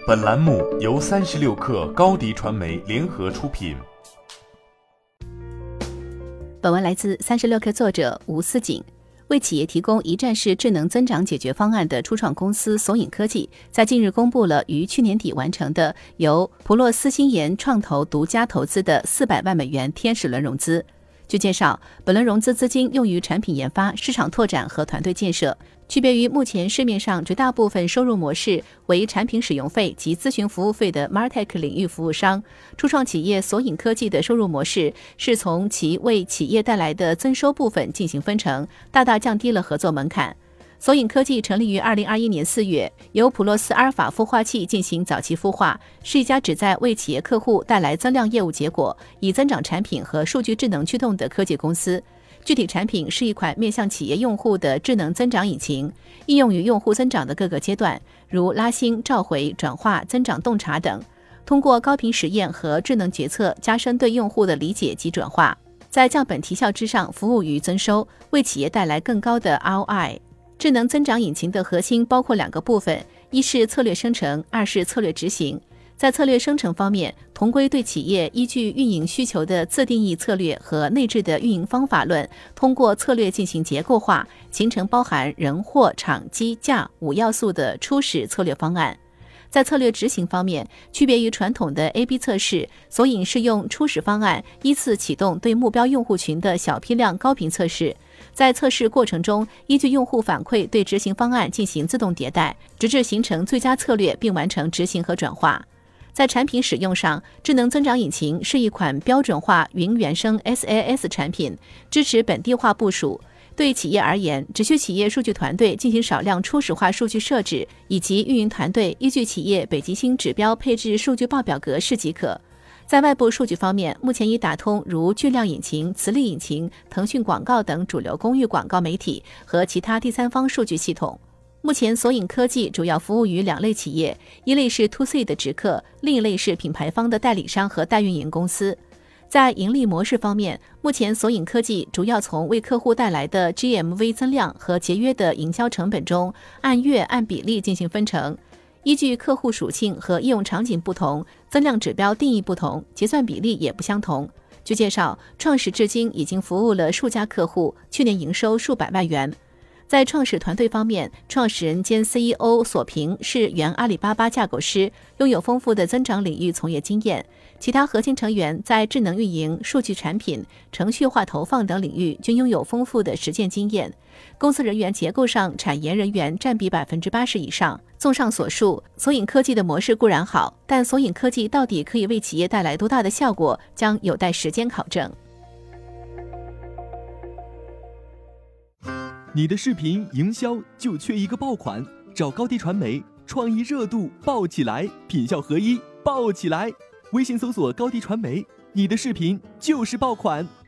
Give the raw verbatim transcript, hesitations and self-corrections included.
本栏目由三十六氪高迪传媒联合出品。 本文来自三十六氪作者吴思锦。为企业提供一站式智能增长解决方案的初创公司索引科技，在近日公布了于去年底完成的由普洛斯新研创投独家投资的四百万美元天使轮融资。据介绍，本轮融资资金用于产品研发、市场拓展和团队建设。区别于目前市面上绝大部分收入模式为产品使用费及咨询服务费的 Martech 领域服务商，初创企业索引科技的收入模式是从其为企业带来的增收部分进行分成，大大降低了合作门槛。索引科技成立于二零二一年四月，由普洛斯阿尔法孵化器进行早期孵化，是一家旨在为企业客户带来增量业务结果，以增长产品和数据智能驱动的科技公司。具体产品是一款面向企业用户的智能增长引擎，应用于用户增长的各个阶段，如拉新、召回、转化、增长洞察等，通过高频实验和智能决策加深对用户的理解及转化，在降本提效之上服务于增收，为企业带来更高的 R O I。 智能增长引擎的核心包括两个部分，一是策略生成，二是策略执行。在策略生成方面，同归对企业依据运营需求的自定义策略和内置的运营方法论，通过策略进行结构化，形成包含人、货、场、机、价五要素的初始策略方案。在策略执行方面，区别于传统的 A B 测试，索引是用初始方案依次启动对目标用户群的小批量高频测试，在测试过程中依据用户反馈对执行方案进行自动迭代，直至形成最佳策略并完成执行和转化。在产品使用上，智能增长引擎是一款标准化云原生 S A S 产品，支持本地化部署。对企业而言，只需企业数据团队进行少量初始化数据设置，以及运营团队依据企业北极星指标配置数据报表格式即可。在外部数据方面，目前已打通如巨量引擎、磁力引擎、腾讯广告等主流公域广告媒体和其他第三方数据系统。目前索引科技主要服务于两类企业，一类是 to C 的直客，另一类是品牌方的代理商和代运营公司。在盈利模式方面，目前索引科技主要从为客户带来的 G M V 增量和节约的营销成本中，按月按比例进行分成。依据客户属性和应用场景不同，增量指标定义不同，结算比例也不相同。据介绍，创始至今已经服务了数家客户，去年营收数百万元。在创始团队方面，创始人兼 C E O 索平是原阿里巴巴架构师，拥有丰富的增长领域从业经验。其他核心成员在智能运营、数据产品、程序化投放等领域均拥有丰富的实践经验。公司人员结构上，产研人员占比 百分之八十 以上。综上所述，索引科技的模式固然好，但索引科技到底可以为企业带来多大的效果，将有待时间考证。 你的视频营销就缺一个爆款，找高迪传媒，创意热度爆起来，品效合一爆起来。微信搜索高迪传媒，你的视频就是爆款。